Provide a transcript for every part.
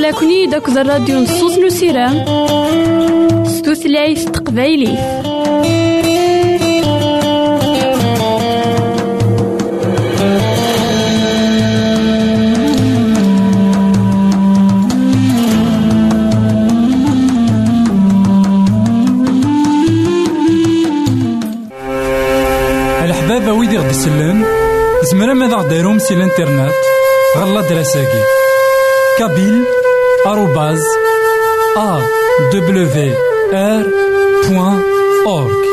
يغلاكني داك الراديو نصوص نسيران ستوثلايف تقبايلي. الحبابة ويدي غدي يسلم زمرا ماذا غديرهم سي الانترنت غالا دراساكي kabyle@awr.org.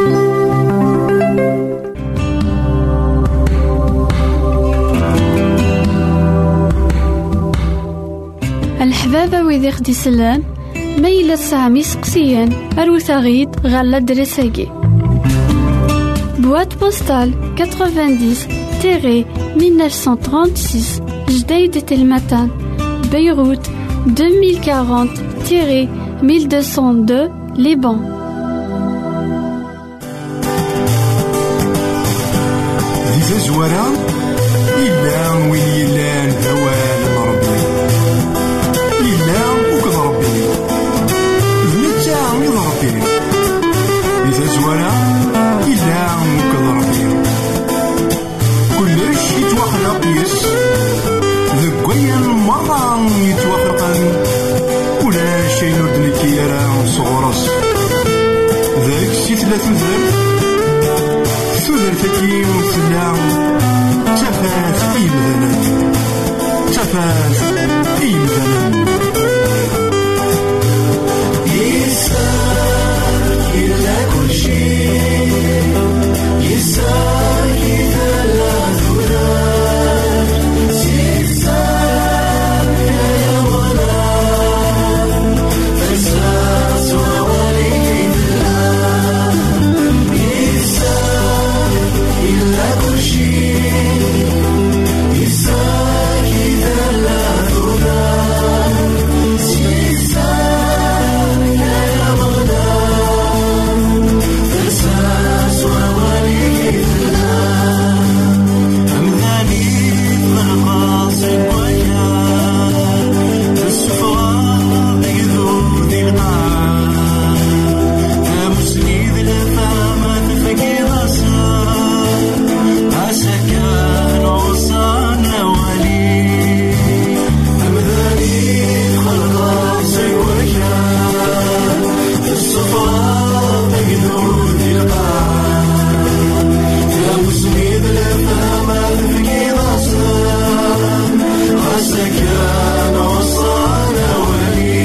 الحبابة ويدي غدي يسلم ميلا سامي سقسيان أروثاغيد غالا دراساكي boîte postale 90-1936 Jdeïd Telmatan Beyrouth 2040-1202 Liban. Diza Zouara Ilan win yellan hawal Rabbi Ilan uked Rabbi Vnita wid Rabbi Diza Zouara Ilan uked Rabbi كلش يتوخلق يس ذقيا مرة يتوخلقا ولا شيء نردنك يرى صغرس ذاك سي ثلاث ذرب ثلاثة وثلاث تفاث إيمذانا تفاث إيمذانا يسار إلا كل شيء يسار إذا لا ذرار سيسار يا غلام فساس ووليد الله يسار إلا كل شيء يسار إذا لا ذرار سيسار يا غلام فساس ووليد الله أمذاني الغاصب وياه السفراء يذوب ذي القاع أمسني ذي الفامة تفكي غصار عسكان وصانا ولي أمذاني الغاصب وياه السفراء يذوب ذي القاع أمسني ذي الفامة تفكي غصار عسكان وصانا ولي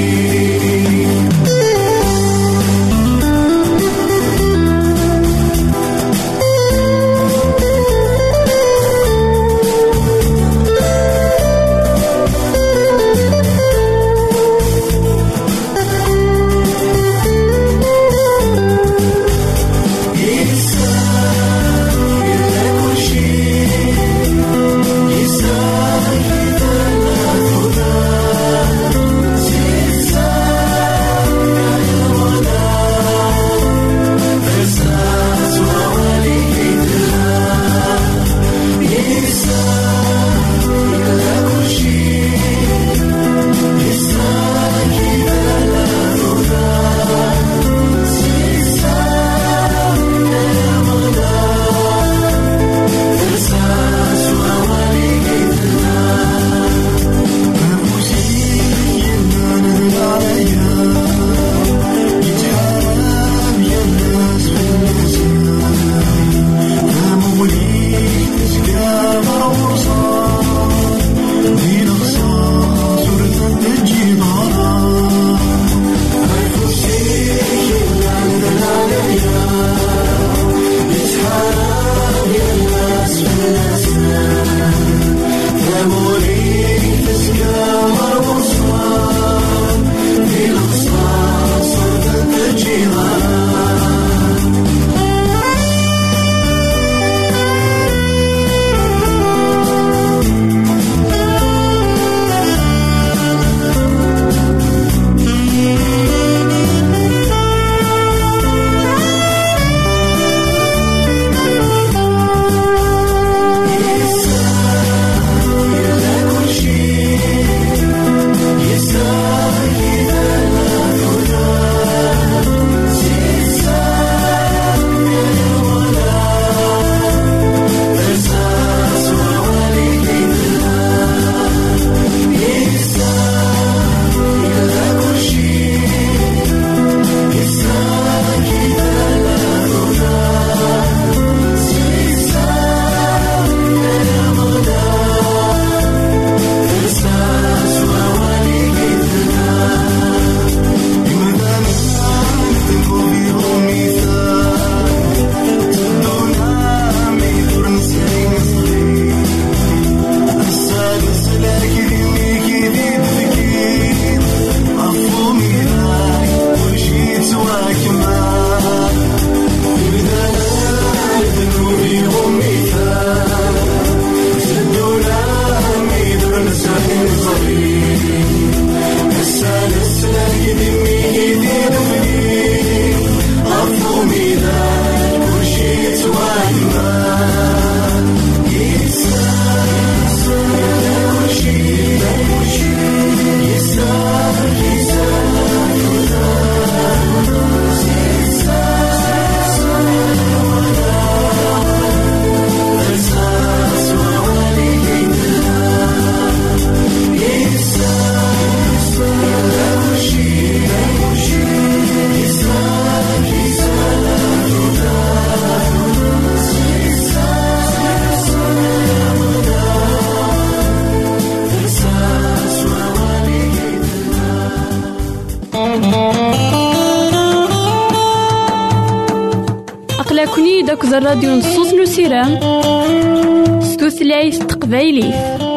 داك الراديو نصوص نسيران ستوثلايف تقبايلي.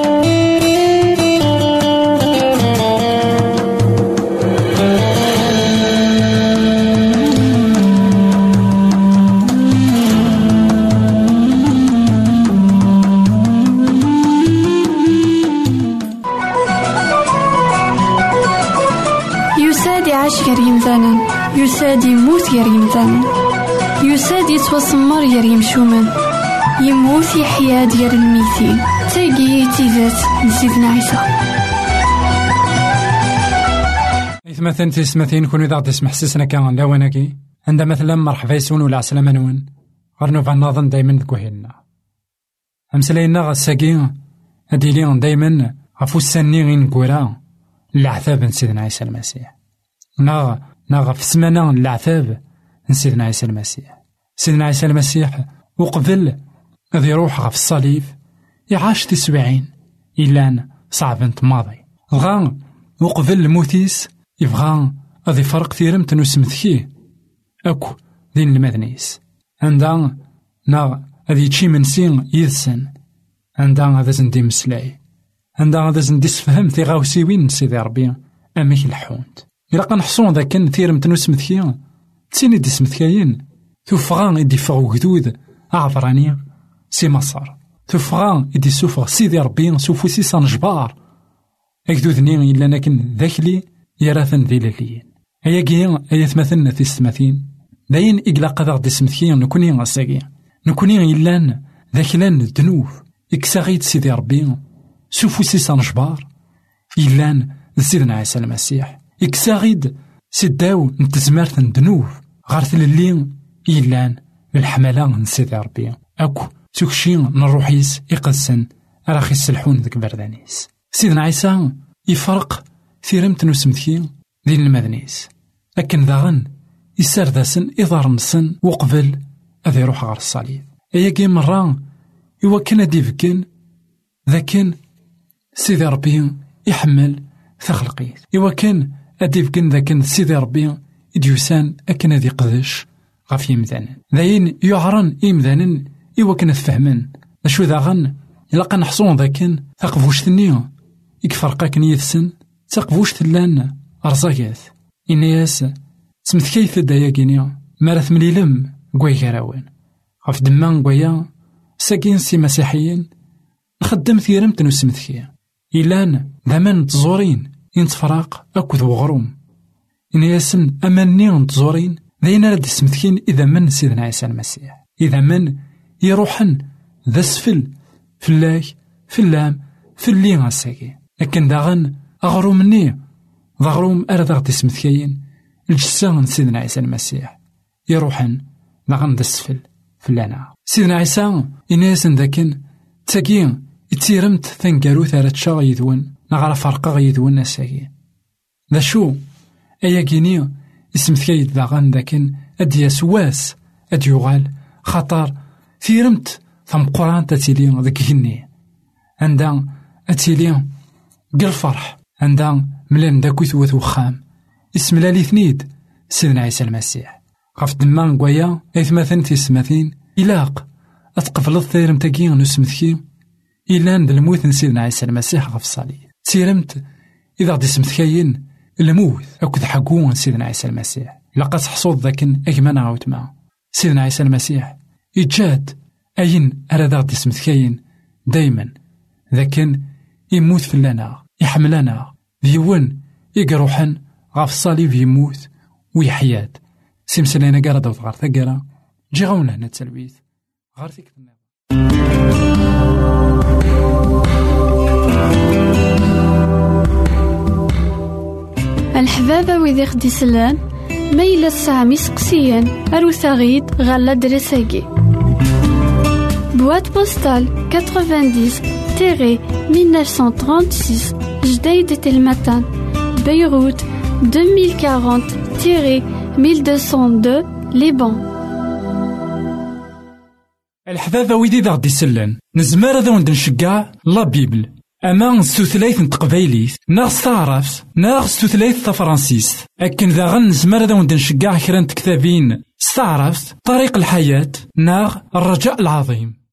عاش غير يمثالا يساد يموت غير يمثالا يساد يتوسمر غير يمشومان يموت يحيا ديال الميتين تاقي تيزات لسيدنا عيسى. مثلا تسمثين كونوا ذا تسمح حسسنا كان لا وناكي عندما مثلا مرحبا يسون ولا عسلامة نون غرنو فالنظن دايما ذكوهيلنا أمسلينا غساقين هديلين دايما غفو السنين غين كورا العذاب سيدنا عيسى المسيح ناغ في السمانة العذاب سيدنا عيسى المسيح. سيدنا عيسى المسيح وقبل غادي يروح في الصليب يعاش 90 إلا صعب ماضي بغا وقبل الموتيس يبغى غادي فرق ثيرمت نسمثكيه أكو دين المدنيس عندها غادي يتشي منسين يدسن عندها غادا زندي مسلاي عندها غادا زندي سفهم ثيغاوسيوين سيدي ربي أميك الحونت إلا قنحصون ذا كان ثيرمت نسمثكيه تسيني دي سمثكاين ثوفغان يدي فغو جدود عبراني سي مصر ثوفغان يدي سوفغ سيدي ربي سوفو سيسان جبار أكدودني إلا لكن ذاكلي يراثن ذي لليين هيا كيان هيا ثمثلنا في السماثين داين إقلاق ذا غدي سمثكيان نكوني غساقيا نكوني إلان ذاكلان الدنوف إكساغيد سيدي ربي سوفو سيسان جبار إلان سيدنا عيسى المسيح إكساغيد سيداو نتزمارت ندنوف غارث للين إلان الحملة نسيدي ربي أكو تكشين نروحيس إقدسن راخي السلحون ذك بردانيس. سيدنا عيسى يفرق ثيرمت نسمثكي دين المدنيس لكن ذاغن يسار داسن إضار نسن وقبل أذي يروح غار الصليب أيا كي مرة إوا كان ديفكن ذاكن سيدي ربي يحمل ثخلقيت إوا كان أديفكن ذاكن سيدي ربي إديوسان أكن ذي قدش غاف يمذانن ذاين يعرن إمذانن إوا كنا تفهمن أشو ذاغن إلا قنحصون ذاكن ثقفوش ثنيا يكفرقاك نيثسن تقفوش ثلان أرزاقات إنياس سمث كيف دايا كينيا مارث مليلم قوي كراوين غاف دمان قويا ساكين سي مسيحيين نخدم ثيرمت نسمث كيا إلان ذمان تزورين ينتفراق أكو ذو غروم إنياسن أماني نتزورين ذاين راد سمثكين إذا من سيدنا عيسى المسيح إذا من يروحن ذا سفل فلاك فلام فلي غاساكي لكن داغن أغرومني ضغروم أرد غدي سمثكين الجسان سيدنا عيسى المسيح يروحن داغن ذا السفل فلانا سيدنا عيسى إنياسن ذاكن تاكين يتيرمت ثنقارو ثارت شاغ يدون نغرا فرقا يدون ناساكي ذا شو أيا كيني اسمثكيد داغن ذاكن أدي سواس أدي يغال خطر ثيرمت ثم قران تاتيلي ذاك هني عندها أتيلي قل فرح عندها ملان داكو ثوث وخام اسم لالي ثنيد سيدنا عيسى المسيح غاف دمان قويا ايثماثن تيسماثين إلاق أتقفل الثيرم تاكي نسمثكي إلان ذا الموت سيدنا عيسى المسيح غاف الصليب تيرمت إذا غدي سمثكاين الموت أكد حقون سيدنا عيسى المسيح لقد حصود ذاكن أجمانا عوتما سيدنا عيسى المسيح إجاد أين أراد غدي سمثكاين دايما ذاكن يموت في اللنا يحملنا ديون يقروحن غاف الصليب يموت ويحياد سيمسلينا قارد وغار ثقرا جي غونا هنا التلبيث غار ثيك الحبابة ويدي خدي سلان ميلا السامي سقسيان أروثاغيد غالا درساقي بواد بوستال 90-1936 جديد تلمتان بيروت 2040-1202 لبنان. الحبابة ويدي ذا غدي سلان نزمار ذا وند نشقع لا بيبل أما ستوثلايث نتقبايليث ناغ تعرف ناغ ستوثلايث تفرانسيس أكن ذا غن نزمار ذا وند نشقع كرانت كتابين استعرفت طريق الحياة ناغ الرجاء العظيم.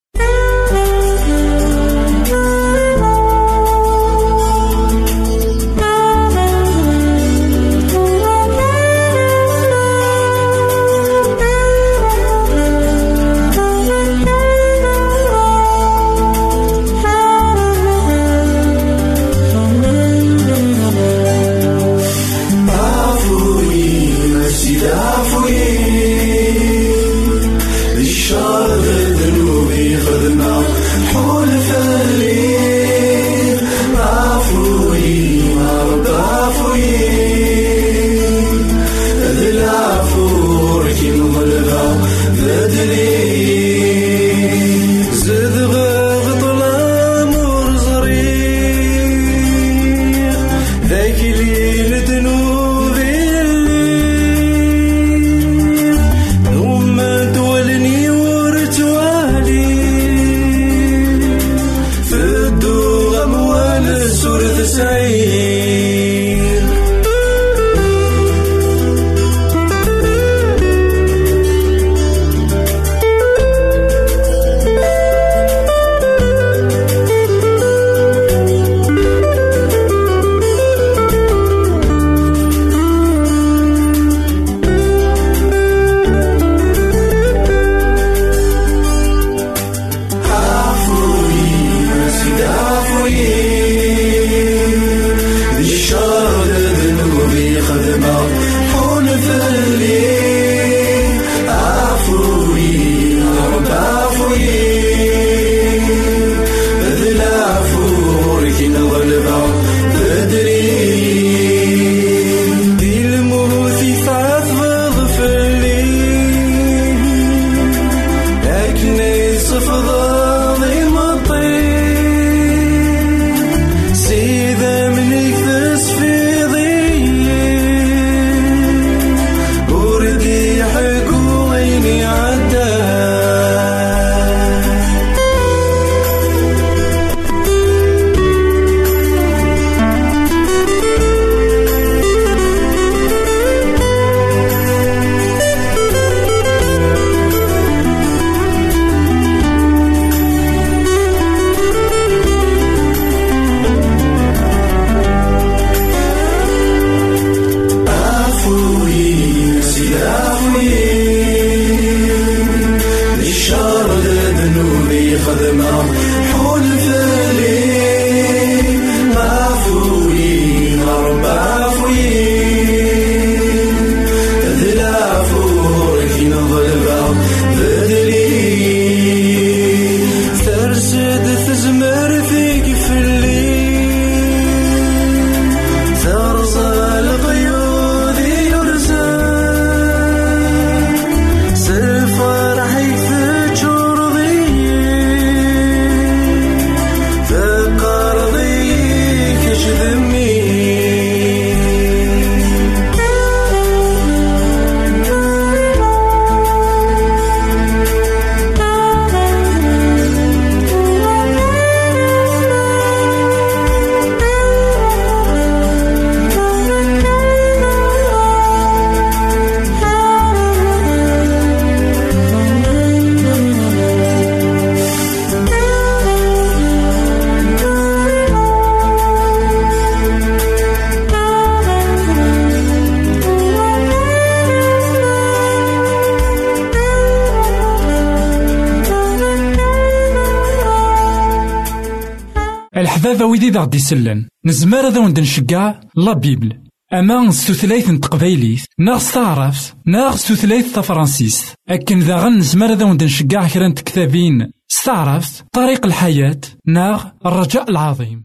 الحبابة ويدي ذا غدي سلن نزمار ذا وند نشقع لا بيبل أما ستثليث نتقبايليث ناغ ستعرفت ناغ ستثليث تفرانسيس أكن ذا غن نزمار ذا وند نشقع كران كتابين ستعرفت طريق الحياة ناغ الرجاء العظيم.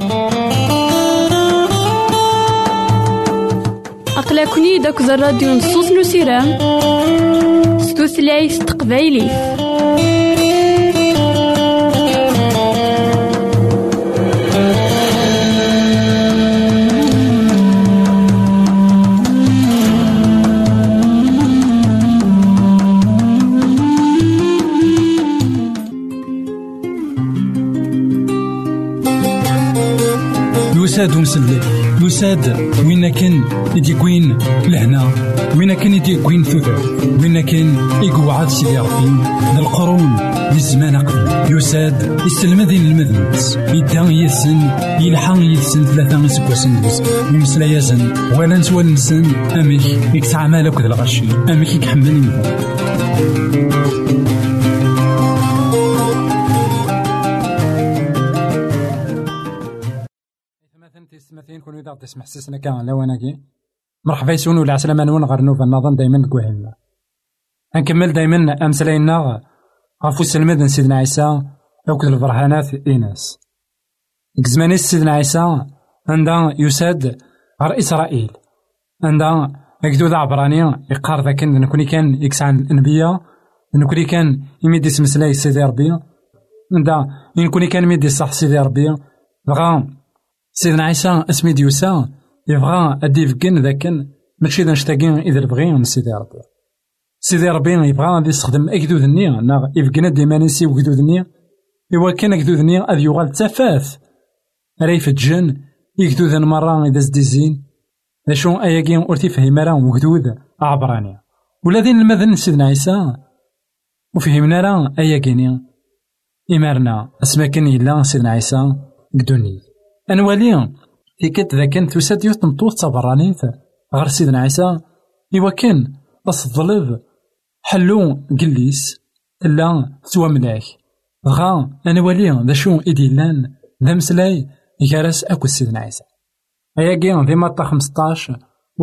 أقلكني داك ذا الراديو نصوص نسيران ستثليث تقبايليث. يساد مسلم يساد وين كان يديكوين لهنا، وين كان يديكوين ثوثر، وين كان يقعد سيدي ربي للقرون للزمان قبل. يساد يستلمذين المذنبس يدان يسن يلحق يسن 3 سكواسن دوز يمسلا يزن ولا نسوى نسن أميك يكسع مالك ذا الغشي أميك يكحمل يمذن. تسمثين كون إذا تسمح سسنا كان لواناكي مرحبا يسون ولا عسلامة نون غير نوفا النظام دايما كوهلنا. نكمل دايما أمسلاينا غفو السلمد سيدنا عيسى أوكد البرهانات إيناس. كزماني سيدنا عيسى عندها يساد غير إسرائيل، عندها أكدود عبرانية يقار ذاك نكوني كان يكسع الأنبياء، نكوني كان يميدي سمسلاي سيدي ربي، عندها نكوني كان يميدي صح سيدي ربي. بغا سيدنا عيسى اسمي ديوسا يبغى أدي فكن ذاكن ماشي ذا نشتاقين إذا بغي من سيدي ربي. سيدي ربي يبغى غادي يستخدم أكدود النية نا يفكنا ديما نسي وكدود النية إوا كان أكدود النية أذ يغال تفاث ريف الجن يكدود مرة إذا زديزين لاشو أياكين أرتي فهمنا راه وكدود عبرانية ولا ذين المذن سيدنا عيسى وفهمنا راه أياكين إمارنا أسماكن إلا سيدنا عيسى قدوني أنوالي في كت ذا كان تساد يوتنطوط صبرانيت غير سيدنا عيسى إوا كان أصدلب حلو قليس إلا سوا ملاك غا أنوالي ذا شو إديلان ذا مسلاي يجارس أكو سيدنا عيسى أياكي ذي مطا 15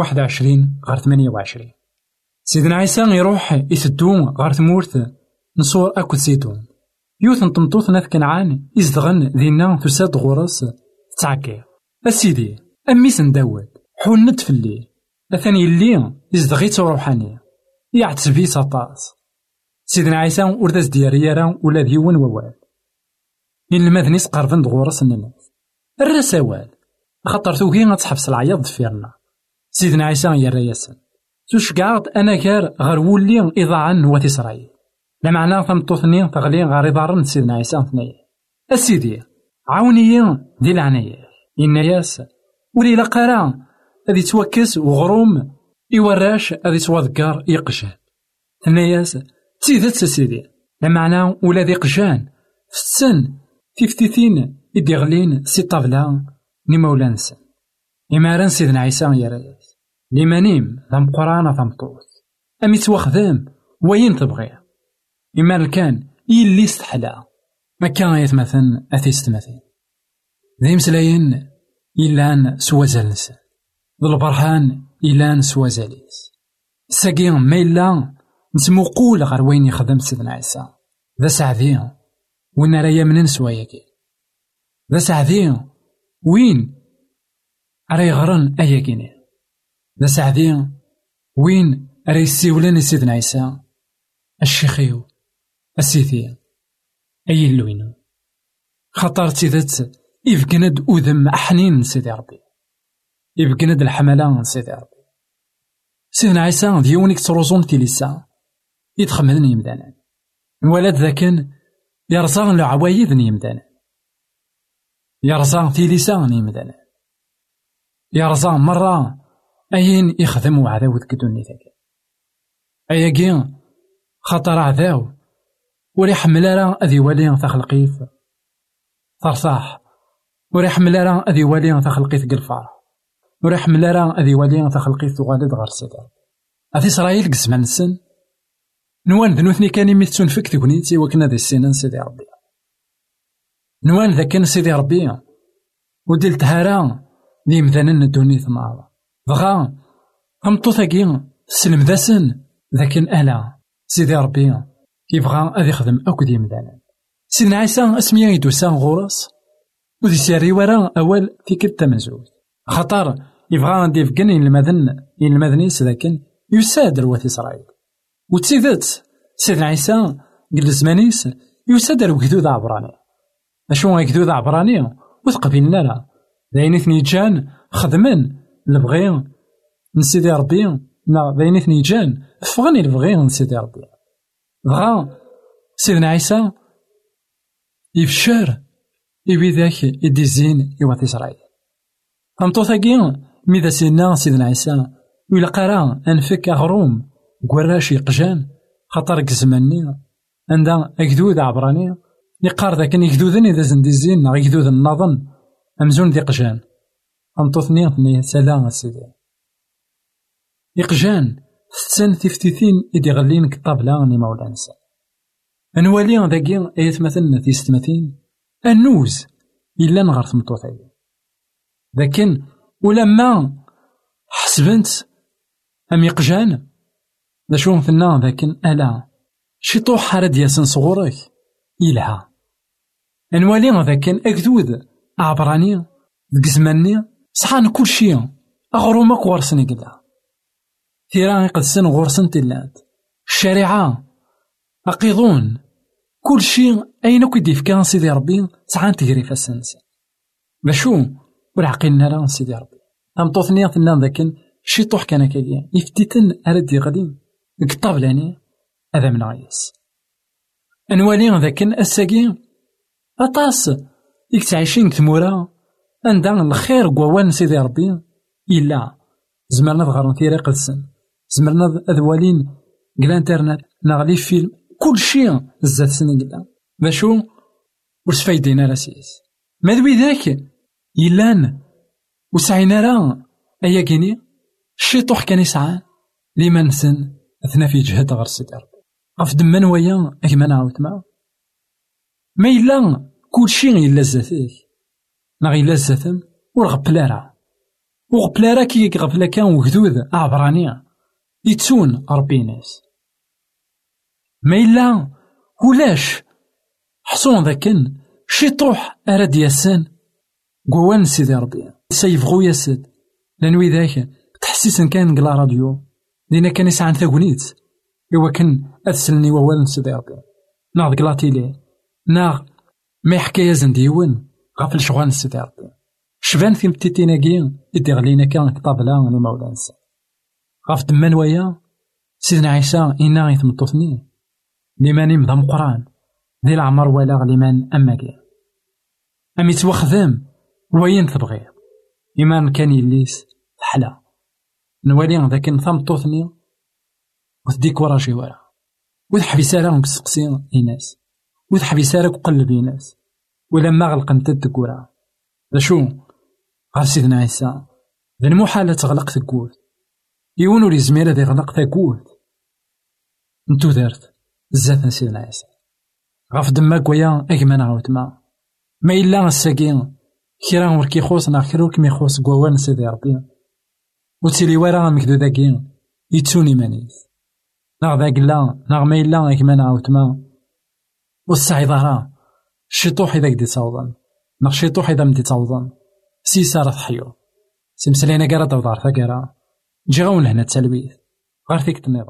21 غير 28 سيدنا عيسى يروح يسدو غير ثمورث نصور أكو سيدون يوثن طنطوط ناث كنعان يزدغن ذينا تساد غورس تعكي أسيدي أمي سنداود حونت في الليل أثاني اللي يزدغيت روحانية يعتسبي سطاس سيدنا عيسى ورداز دياريارا ولا ديون ووال إن المذنيس قربن دغورس الناس الرسوال خطر توكي غتحبس العياط دفيرنا سيدنا عيسى يرى ياسن تشقعد أنا كار غير ولي إضاعا نوات إسرائيل لمعنى ثمطوثني تغلي غير إضارن سيدنا عيسى ثنية أسيدي عاونية دي العناية إن ياس ولي لقرا هذي توكس وغروم يوراش هذي توذكر يقجان ثنياس تيدت سيدي لمعنى ولا ذي قجان في السن تفتيثين يدي غلين سي طابلا نمولانسن إماران سيدنا عيسى يا رياس لمانيم ذم قرانا ذم طوث أمي توخذام وين تبغي إمار كان يلي استحلا ما كان يتمثل أثيست مثل ذي مسلاين إلان سوازالنس ذو البرهان إلان سوازاليس ساقين ما إلا نسمو قول غير وين يخدم سيدنا عيسى ذا سعدين وين رايا من نسواياكي ذا سعدين وين راي غرن أياكيني ذا سعدين وين راي السيولان سيدنا عيسى الشيخيو السيثي أي اللوينو خطر تيدت يفقند أذم أحنين سيدي ربي يفقند الحملان سيدي ربي سيدنا عيسى ديونيك تروزون تيليسا يتخمدن يمدانا الولد ذاكن يرزان لعوايدن يمدانا يرزان تيليسا يمدانا يرزان مرة أين يخدم عذاو ذكدوني ذاك أياكين خطر عذاو ولي حملارا أذي والي تخلقيف ثرصاح ولي حملارا أذي والي تخلقيف قلفار ولي حملارا أذي والي تخلقيف تغالد غير سيدار أذي إسرائيل قسمان السن نوان ذنوثني كان يميتون فيك تكونيتي وكنا ذي السنان سيدي ربي نوان ذا كان سيدي ربي ودلت هارا ذي مثلا الدوني ثمار بغا أمطو ثاقين سلم ذا سن ذاكن ألا سيدي ربي يبغى أذي يخدم أكد يمدانا سيدنا عيسى اسميا يدوسا غورس وذي سيري ورا أول في كل تمزوج خطر يبغى غادي يفقن المذنيس لكن يساد روات إسرائيل وتسيدت سيدنا عيسى قل زمانيس يساد الوكدود عبراني أشو يكدود عبراني وتقبلنا لا ذاين ثني جان خدمن لبغيان من سيدي ربي لا ذاين ثني جان فغني لبغيان من سيدي ربي بغا سيدنا عيسى يفشر يبي ذاك يدي الزين يوات إسرائيل أمطوثاكي ميدا سيدنا سيدنا عيسى ويلا قرا أنفك أغروم قراش يقجان خاطر كزماني عندها أكدود عبراني يقار ذاك يكدودن إذا زنديزين غا يكدود النظن أمزون ذي قجان أمطوثني ثني سلام سيدي يقجان ستسن تفتيثين إدي غلين كطابلا ني مولانسا أنوالي ذاكي أيت مثلنا في ستماتين النوز إلا نغرث مطوثاكي لكن ولما حسبنت أم يقجان ذا شو مثلنا لكن ألا شي طوح حرد ياسن صغورك يلها أنوالي ذاكن أكدود عبراني دقزماني صحان كل شي أغرومك ورسني كدا ثيران يقدسن غورسن تلات الشريعة أقيضون كل شي أين كيدي فكان سيدي ربي صحان تجري فالسنسي باشو والعقلنا لا سيدي ربي أم طوثني ثنان ذاكن شي طوح كان كاين يفتتن أردي غادي الطابلاني هذا من عيس أنوالي ذاكن الساقي أطاس يكتعيشين كتمورا عندها الخير قوان سيدي ربي إلا زمرنا ضغرنا ثيرا قدسن زمرنا أذوالين قلا انترنت نغلي فيلم كل شيء زاد سنين قلا باشو وش فايدين راسيس ماذوي ذاك يلان وسعينا راه أيا كيني شي طوح كان يسعى لما نسن أثناء في جهة غير سيدي ربي غف دمان ويا أكما نعاود معاه ما إلا كل شيء إلا زاتيه نغي إلا زاتم ورغبلا وغبلا كي غفلا كان وجدود عبرانية يتسون ربي ناس ما إلا ولاش حصون ذاكن شي طوح أراد ياسان قوان سيدي ربي سيفغو ياسد لانوي ذاك تحسيسن كان قلا راديو لينا كان يسعى ثاقونيت إوا كان أتسلني ووال سيدي ربي ناغ قلاتيلي ناغ ما يحكي يزن ديون غافل شغوان سيدي ربي شبان في متيتيناكي إدي غلينا كان كطابلا ني مولانسا غاف دمان ويا سيدنا عيسى إنا يتمطوثني لمن مضى مقران ذي العمر ولا غليمان أماكي أم يتوخذم وين تبغي إيمان كان يليس حلا نوالي ذاك نثمطوثني وتديك ورا جي ورا وتحبي سارة وكسقسي إناس وتحبي سارة وقلب إناس ولما غلقنت الدكورة ذا شو غير سيدنا عيسى ذا المحالة تغلق تقول يونو لي زميلة ذي غلق تقول نتو دارت زاتنا سيدنا عيسى غاف دماك ويا أجمع نعاود ما إلا الساقين كيرا وركي خوصنا كيروك ميخوص قوان سيدي ربي وتسيلي ورا مكدو داكين يتسوني مانيس ناغ ذاك لا ناغ ما إلا أجمع نعاود والسعي ظهرا شيطوح إذا قدي تصوضن ناغ شيطوح إذا مدي تصوضن سيسارة حيو سمسلينا قرا دوضار ثقرا جيغون هنا تسلويث غير فيك النظام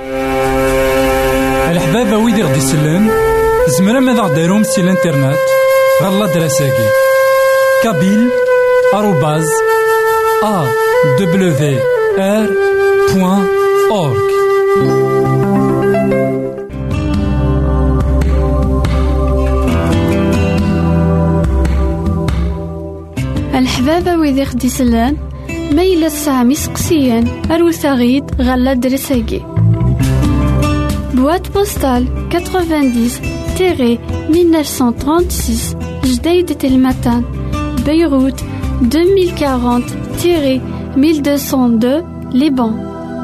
الحبابة ويدي غدي سلم زمرا ماذا داروم سي الانترنت غالا دراساكي كابيل آروباز awr.org الحبابة ويدي خدي سلان ميلا السامي سقسيان أروثاغيد غالا درساكي boîte postale 90-1936 جديدة المتن Beyrouth 2040-1202 Liban.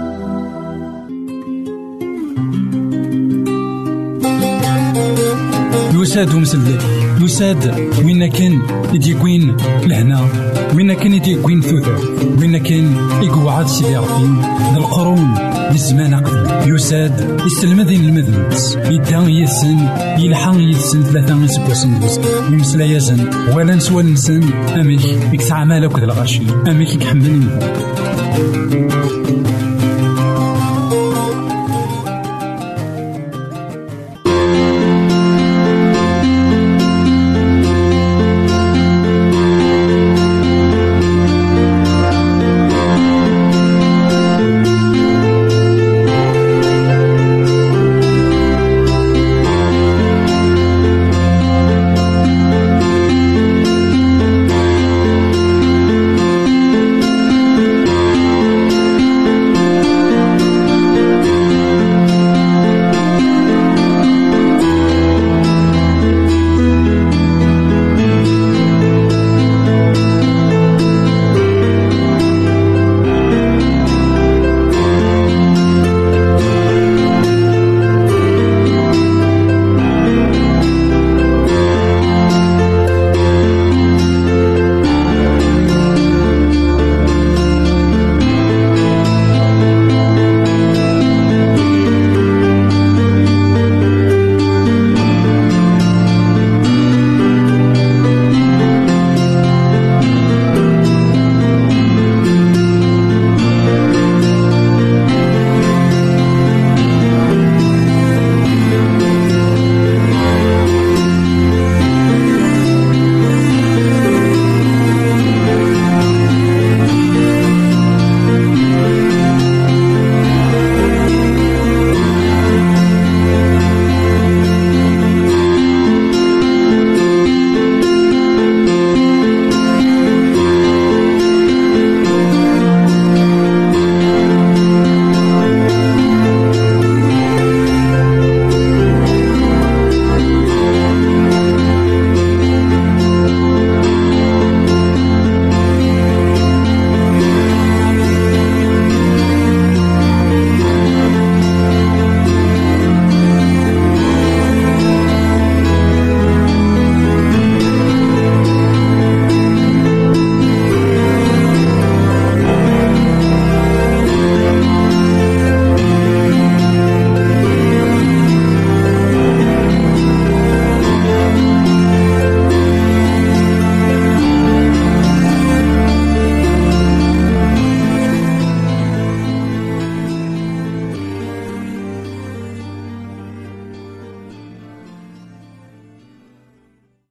يساد ومسلي يساد وين كان يديكوين لهنا وين كان يديكوين ثوثر وين كان يقعد سيدي ربي القرون للزمان قبل يساد يستلمذين المذنبس يدان يسن يلحق يسن ثلاثة يسبوسن يمسلا يزن ولا نسوى نسن أميك يكسع مالك ذا الغرشي أميك يحملني